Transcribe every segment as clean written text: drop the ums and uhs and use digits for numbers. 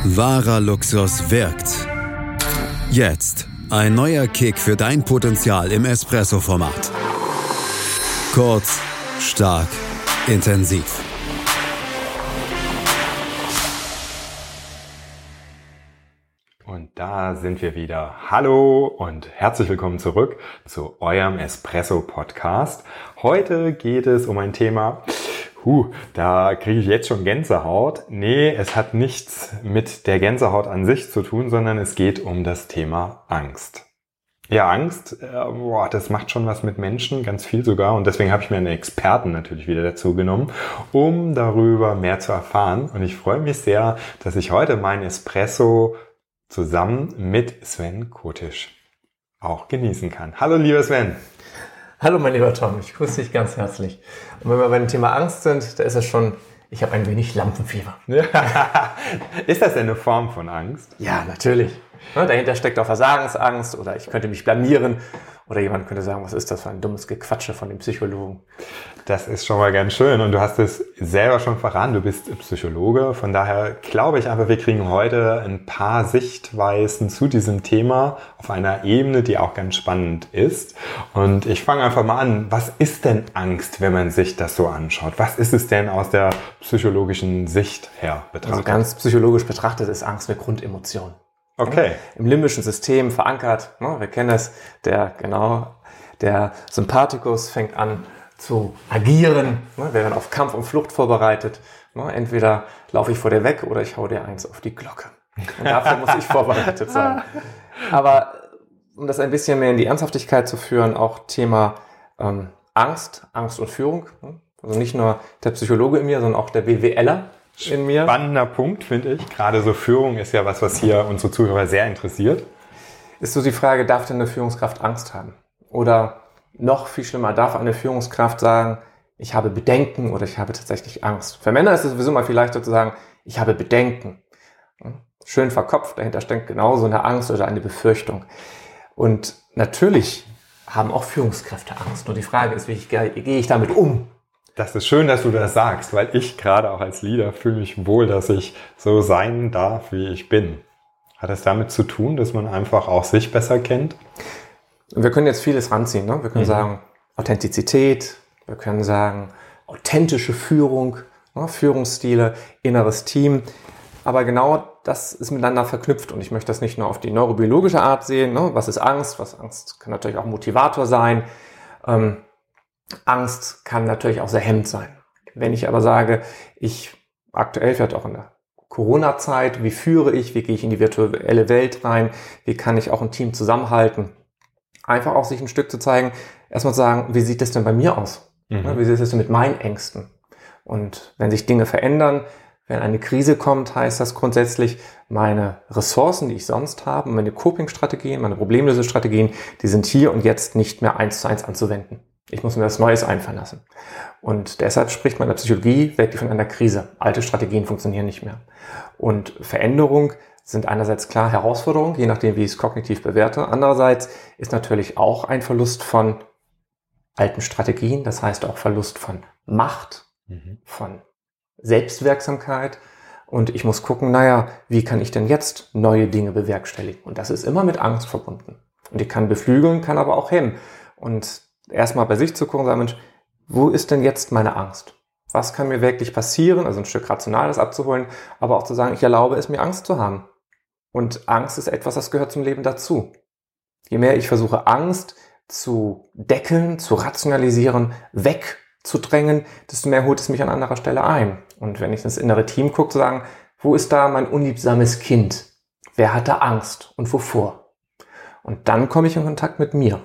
Wahrer Luxus wirkt. Jetzt ein neuer Kick für dein Potenzial im Espresso-Format. Kurz, stark, intensiv. Und da sind wir wieder. Hallo und herzlich willkommen zurück zu eurem Espresso-Podcast. Heute geht es um ein Thema, da kriege ich jetzt schon Gänsehaut. Nee, es hat nichts mit der Gänsehaut an sich zu tun, sondern es geht um das Thema Angst. Ja, Angst, das macht schon was mit Menschen, ganz viel sogar. Und deswegen habe ich mir einen Experten natürlich wieder dazu genommen, um darüber mehr zu erfahren. Und ich freue mich sehr, dass ich heute meinen Espresso zusammen mit Sven Kotisch auch genießen kann. Hallo, lieber Sven. Hallo, mein lieber Tom, ich grüße dich ganz herzlich. Und wenn wir bei dem Thema Angst sind, da ist es schon, ich habe ein wenig Lampenfieber. Ist das denn eine Form von Angst? Ja, natürlich. Dahinter steckt auch Versagensangst oder ich könnte mich blamieren oder jemand könnte sagen, was ist das für ein dummes Gequatsche von dem Psychologen. Das ist schon mal ganz schön und du hast es selber schon verraten, du bist Psychologe, von daher glaube ich einfach, wir kriegen heute ein paar Sichtweisen zu diesem Thema auf einer Ebene, die auch ganz spannend ist. Und ich fange einfach mal an, was ist denn Angst, wenn man sich das so anschaut? Was ist es denn aus der psychologischen Sicht her betrachtet? Also ganz psychologisch betrachtet ist Angst eine Grundemotion. Okay. Im limbischen System verankert, wir kennen es, der Sympathikus fängt an zu agieren, wir werden auf Kampf und Flucht vorbereitet, entweder laufe ich vor dir weg oder ich hau dir eins auf die Glocke. Und dafür muss ich vorbereitet sein. Aber um das ein bisschen mehr in die Ernsthaftigkeit zu führen, auch Thema Angst und Führung, also nicht nur der Psychologe in mir, sondern auch der BWLer in mir. Spannender Punkt, finde ich. Gerade so Führung ist ja was hier unsere Zuhörer sehr interessiert. Ist so die Frage, darf denn eine Führungskraft Angst haben? Oder noch viel schlimmer, darf eine Führungskraft sagen, ich habe Bedenken oder ich habe tatsächlich Angst? Für Männer ist es sowieso mal viel leichter zu sagen, ich habe Bedenken. Schön verkopft, dahinter steckt genauso eine Angst oder eine Befürchtung. Und natürlich haben auch Führungskräfte Angst. Nur die Frage ist, wie gehe ich damit um? Das ist schön, dass du das sagst, weil ich gerade auch als Leader fühle mich wohl, dass ich so sein darf, wie ich bin. Hat das damit zu tun, dass man einfach auch sich besser kennt? Wir können jetzt vieles ranziehen. Wir können sagen Authentizität, wir können sagen authentische Führung, Führungsstile, inneres Team. Aber genau das ist miteinander verknüpft und ich möchte das nicht nur auf die neurobiologische Art sehen. Was ist Angst? Angst kann natürlich auch Motivator sein. Angst kann natürlich auch sehr hemmend sein. Wenn ich aber sage, aktuell vielleicht auch in der Corona-Zeit, wie führe ich, wie gehe ich in die virtuelle Welt rein, wie kann ich auch ein Team zusammenhalten, einfach auch sich ein Stück zu zeigen, erstmal zu sagen, wie sieht das denn bei mir aus? Wie sieht es denn mit meinen Ängsten? Und wenn sich Dinge verändern, wenn eine Krise kommt, heißt das grundsätzlich, meine Ressourcen, die ich sonst habe, meine Coping-Strategien, meine Problemlösestrategien, die sind hier und jetzt nicht mehr 1:1 anzuwenden. Ich muss mir was Neues einfallen lassen. Und deshalb spricht man in der Psychologie wirklich von einer Krise. Alte Strategien funktionieren nicht mehr. Und Veränderung sind einerseits klar Herausforderungen, je nachdem, wie ich es kognitiv bewerte. Andererseits ist natürlich auch ein Verlust von alten Strategien, das heißt auch Verlust von Macht, von Selbstwirksamkeit. Und ich muss gucken, wie kann ich denn jetzt neue Dinge bewerkstelligen? Und das ist immer mit Angst verbunden. Und die kann beflügeln, kann aber auch hemmen. Und erstmal bei sich zu gucken, sagen, Mensch, wo ist denn jetzt meine Angst? Was kann mir wirklich passieren? Also ein Stück Rationales abzuholen, aber auch zu sagen, ich erlaube es mir, Angst zu haben. Und Angst ist etwas, das gehört zum Leben dazu. Je mehr ich versuche, Angst zu deckeln, zu rationalisieren, wegzudrängen, desto mehr holt es mich an anderer Stelle ein. Und wenn ich ins innere Team gucke, zu sagen, wo ist da mein unliebsames Kind? Wer hat da Angst und wovor? Und dann komme ich in Kontakt mit mir.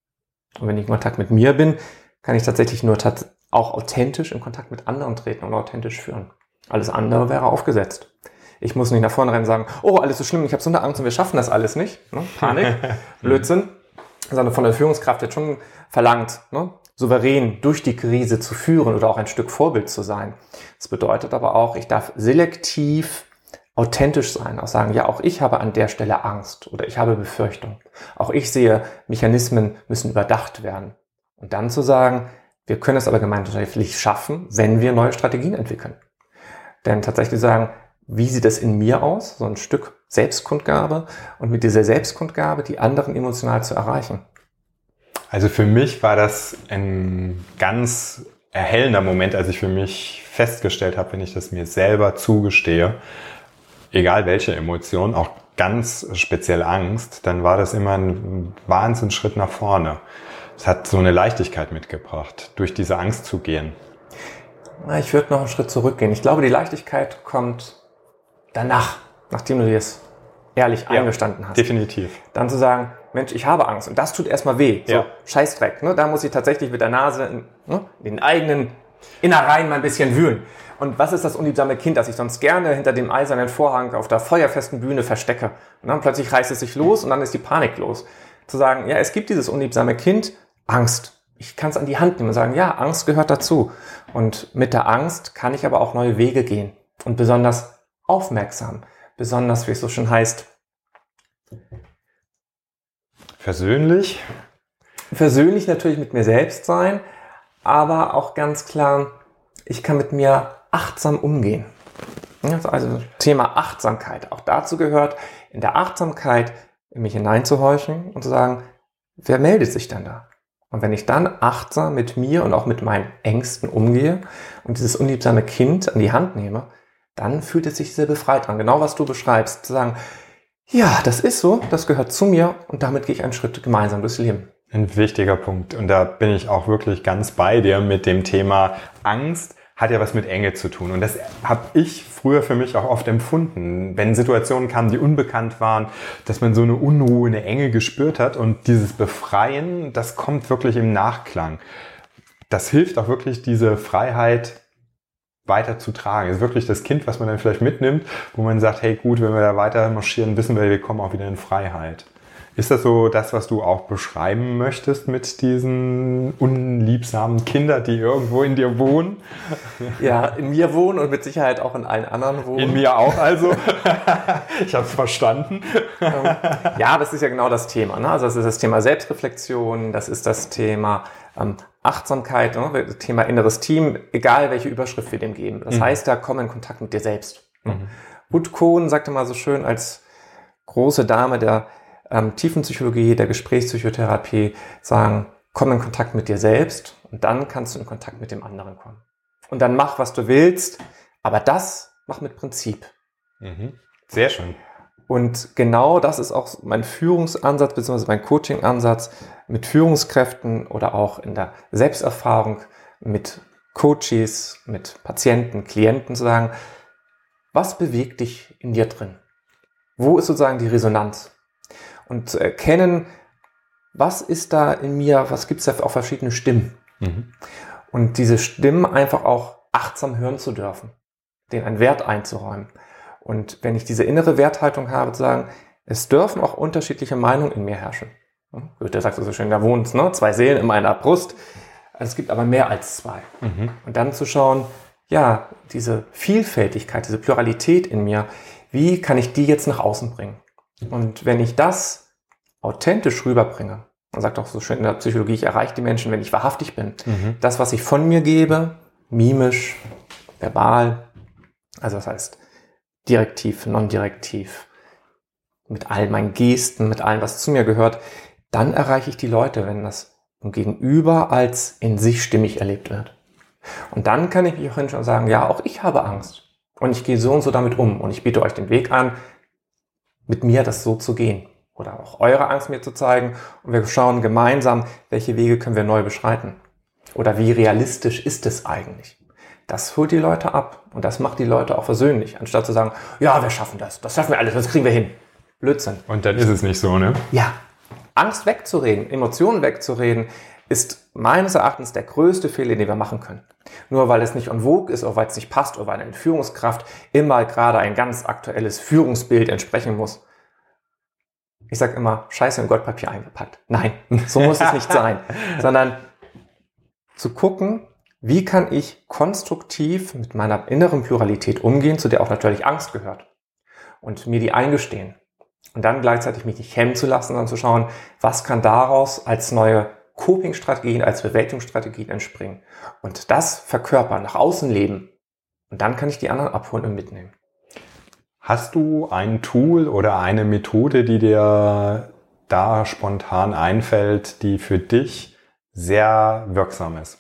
Und wenn ich in Kontakt mit mir bin, kann ich tatsächlich nur auch authentisch in Kontakt mit anderen treten und authentisch führen. Alles andere wäre aufgesetzt. Ich muss nicht nach vorne rennen und sagen, oh, alles so schlimm, ich habe so eine Angst und wir schaffen das alles nicht. Panik, Blödsinn. Sondern von der Führungskraft jetzt schon verlangt, souverän durch die Krise zu führen oder auch ein Stück Vorbild zu sein. Das bedeutet aber auch, ich darf selektiv authentisch sein, auch sagen, ja, auch ich habe an der Stelle Angst oder ich habe Befürchtung. Auch ich sehe, Mechanismen müssen überdacht werden. Und dann zu sagen, wir können es aber gemeinschaftlich schaffen, wenn wir neue Strategien entwickeln. Denn tatsächlich sagen, wie sieht es in mir aus, so ein Stück Selbstkundgabe und mit dieser Selbstkundgabe die anderen emotional zu erreichen. Also für mich war das ein ganz erhellender Moment, als ich für mich festgestellt habe, wenn ich das mir selber zugestehe, egal welche Emotion, auch ganz speziell Angst, dann war das immer ein Wahnsinnsschritt nach vorne. Es hat so eine Leichtigkeit mitgebracht, durch diese Angst zu gehen. Ich würde noch einen Schritt zurückgehen. Ich glaube, die Leichtigkeit kommt danach, nachdem du dir es ehrlich eingestanden hast. Definitiv. Dann zu sagen, Mensch, ich habe Angst und das tut erstmal weh. So, Ja. Scheißdreck. Ne? Da muss ich tatsächlich mit der Nase in den eigenen Innereien mal ein bisschen wühlen. Und was ist das unliebsame Kind, das ich sonst gerne hinter dem eisernen Vorhang auf der feuerfesten Bühne verstecke? Und dann plötzlich reißt es sich los und dann ist die Panik los. Zu sagen, ja, es gibt dieses unliebsame Kind, Angst. Ich kann es an die Hand nehmen und sagen, ja, Angst gehört dazu. Und mit der Angst kann ich aber auch neue Wege gehen. Und besonders aufmerksam. Besonders, wie es so schön heißt, Versöhnlich? Versöhnlich natürlich mit mir selbst sein, aber auch ganz klar, ich kann mit mir achtsam umgehen. Also Thema Achtsamkeit. Auch dazu gehört, in der Achtsamkeit in mich hineinzuhorchen und zu sagen, wer meldet sich denn da? Und wenn ich dann achtsam mit mir und auch mit meinen Ängsten umgehe und dieses unliebsame Kind an die Hand nehme, dann fühlt es sich sehr befreit an. Genau was du beschreibst. Zu sagen, ja, das ist so, das gehört zu mir und damit gehe ich einen Schritt gemeinsam durchs Leben. Ein wichtiger Punkt. Und da bin ich auch wirklich ganz bei dir mit dem Thema Angst. Hat ja was mit Enge zu tun. Und das habe ich früher für mich auch oft empfunden. Wenn Situationen kamen, die unbekannt waren, dass man so eine Unruhe, eine Enge gespürt hat. Und dieses Befreien, das kommt wirklich im Nachklang. Das hilft auch wirklich, diese Freiheit weiter zu tragen. Das ist wirklich das Kind, was man dann vielleicht mitnimmt, wo man sagt, hey gut, wenn wir da weiter marschieren, wissen wir kommen auch wieder in Freiheit. Ist das so das, was du auch beschreiben möchtest mit diesen unliebsamen Kindern, die irgendwo in dir wohnen? Ja, in mir wohnen und mit Sicherheit auch in allen anderen wohnen. In mir auch also. Ich habe es verstanden. Ja, das ist ja genau das Thema. Ne? Also das ist das Thema Selbstreflexion, das ist das Thema Achtsamkeit, ne? Das Thema inneres Team, egal welche Überschrift wir dem geben. Das heißt, da komm in Kontakt mit dir selbst. Ruth Kohn sagte mal so schön als große Dame der Tiefenpsychologie, der Gesprächspsychotherapie, sagen, komm in Kontakt mit dir selbst und dann kannst du in Kontakt mit dem anderen kommen. Und dann mach, was du willst, aber das mach mit Prinzip. Sehr schön. Und genau das ist auch mein Führungsansatz bzw. mein Coaching-Ansatz mit Führungskräften oder auch in der Selbsterfahrung mit Coaches, mit Patienten, Klienten zu sagen, was bewegt dich in dir drin? Wo ist sozusagen die Resonanz? Und zu erkennen, was ist da in mir, was gibt es da auch verschiedene Stimmen? Und diese Stimmen einfach auch achtsam hören zu dürfen, denen einen Wert einzuräumen. Und wenn ich diese innere Werthaltung habe, zu sagen, es dürfen auch unterschiedliche Meinungen in mir herrschen. Goethe sagt so schön, da wohnen 2 Seelen in meiner Brust. Es gibt aber mehr als 2. Und dann zu schauen, ja, diese Vielfältigkeit, diese Pluralität in mir, wie kann ich die jetzt nach außen bringen? Und wenn ich das authentisch rüberbringe, man sagt auch so schön in der Psychologie, ich erreiche die Menschen, wenn ich wahrhaftig bin. Das, was ich von mir gebe, mimisch, verbal, also das heißt direktiv, non-direktiv, mit all meinen Gesten, mit allem, was zu mir gehört, dann erreiche ich die Leute, wenn das im Gegenüber als in sich stimmig erlebt wird. Und dann kann ich mich auch hinschauen und sagen, ja, auch ich habe Angst. Und ich gehe so und so damit um. Und ich biete euch den Weg an, mit mir das so zu gehen. Oder auch eure Angst mir zu zeigen. Und wir schauen gemeinsam, welche Wege können wir neu beschreiten. Oder wie realistisch ist es eigentlich? Das holt die Leute ab. Und das macht die Leute auch versöhnlich. Anstatt zu sagen, ja, wir schaffen das. Das schaffen wir alles. Das kriegen wir hin. Blödsinn. Und dann ist es nicht so, ne? Ja. Angst wegzureden, Emotionen wegzureden, ist meines Erachtens der größte Fehler, den wir machen können. Nur weil es nicht en vogue ist oder weil es nicht passt oder weil eine Führungskraft immer gerade ein ganz aktuelles Führungsbild entsprechen muss. Ich sage immer, Scheiße in Goldpapier eingepackt. Nein, so muss es nicht sein. Sondern zu gucken, wie kann ich konstruktiv mit meiner inneren Pluralität umgehen, zu der auch natürlich Angst gehört. Und mir die eingestehen. Und dann gleichzeitig mich nicht hemmen zu lassen, sondern zu schauen, was kann daraus als neue Coping-Strategien, als Bewältigungsstrategien entspringen. Und das verkörpern, nach außen leben. Und dann kann ich die anderen abholen und mitnehmen. Hast du ein Tool oder eine Methode, die dir da spontan einfällt, die für dich sehr wirksam ist?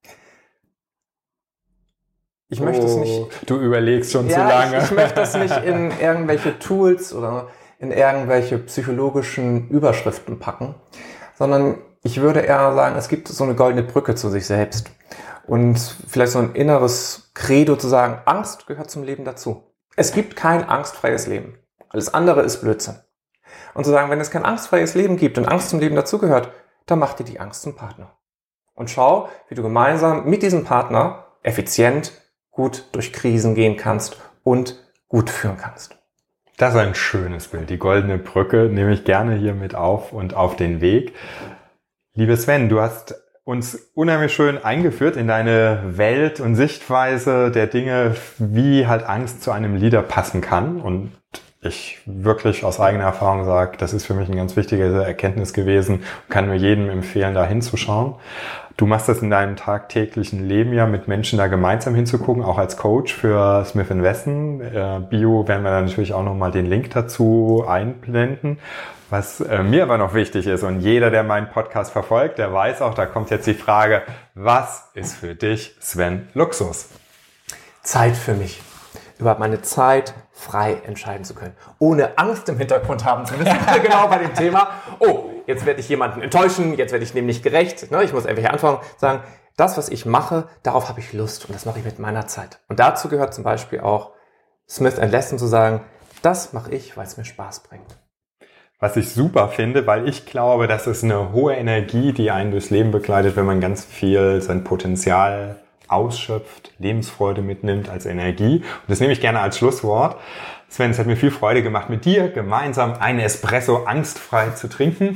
Ich möchte es nicht. Du überlegst schon zu lange. Ich möchte das nicht in irgendwelche Tools oder in irgendwelche psychologischen Überschriften packen, sondern ich würde eher sagen, es gibt so eine goldene Brücke zu sich selbst und vielleicht so ein inneres Credo zu sagen, Angst gehört zum Leben dazu. Es gibt kein angstfreies Leben. Alles andere ist Blödsinn. Und zu sagen, wenn es kein angstfreies Leben gibt und Angst zum Leben dazugehört, dann mach dir die Angst zum Partner. Und schau, wie du gemeinsam mit diesem Partner effizient gut durch Krisen gehen kannst und gut führen kannst. Das ist ein schönes Bild. Die goldene Brücke nehme ich gerne hier mit auf und auf den Weg. Lieber Sven, du hast uns unheimlich schön eingeführt in deine Welt und Sichtweise der Dinge, wie halt Angst zu einem Leader passen kann. Und ich wirklich aus eigener Erfahrung sage, das ist für mich eine ganz wichtige Erkenntnis gewesen und kann nur jedem empfehlen, da hinzuschauen. Du machst das in deinem tagtäglichen Leben ja mit Menschen da gemeinsam hinzugucken, auch als Coach für Smith & Wesson. Bio werden wir dann natürlich auch nochmal den Link dazu einblenden. Was mir aber noch wichtig ist und jeder, der meinen Podcast verfolgt, der weiß auch, da kommt jetzt die Frage, was ist für dich, Sven, Luxus? Zeit für mich. Über meine Zeit frei entscheiden zu können. Ohne Angst im Hintergrund haben zu müssen. Genau bei dem Thema. Oh, jetzt werde ich jemanden enttäuschen, jetzt werde ich dem nicht gerecht. Ich muss irgendwelche Anfangen sagen, das, was ich mache, darauf habe ich Lust und das mache ich mit meiner Zeit. Und dazu gehört zum Beispiel auch Smith & Wesson zu sagen, das mache ich, weil es mir Spaß bringt. Was ich super finde, weil ich glaube, das ist eine hohe Energie, die einen durchs Leben begleitet, wenn man ganz viel sein Potenzial ausschöpft, Lebensfreude mitnimmt als Energie. Und das nehme ich gerne als Schlusswort. Sven, es hat mir viel Freude gemacht, mit dir gemeinsam einen Espresso angstfrei zu trinken.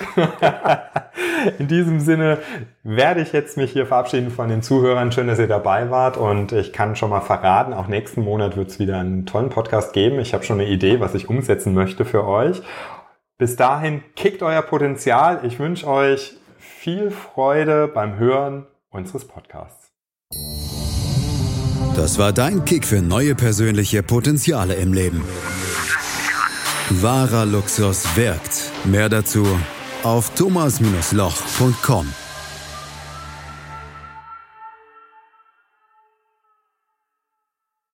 In diesem Sinne werde ich jetzt mich hier verabschieden von den Zuhörern. Schön, dass ihr dabei wart. Und ich kann schon mal verraten, auch nächsten Monat wird es wieder einen tollen Podcast geben. Ich habe schon eine Idee, was ich umsetzen möchte für euch. Bis dahin, kickt euer Potenzial. Ich wünsche euch viel Freude beim Hören unseres Podcasts. Das war dein Kick für neue persönliche Potenziale im Leben. Wahrer Luxus wirkt. Mehr dazu auf thomas-loch.com.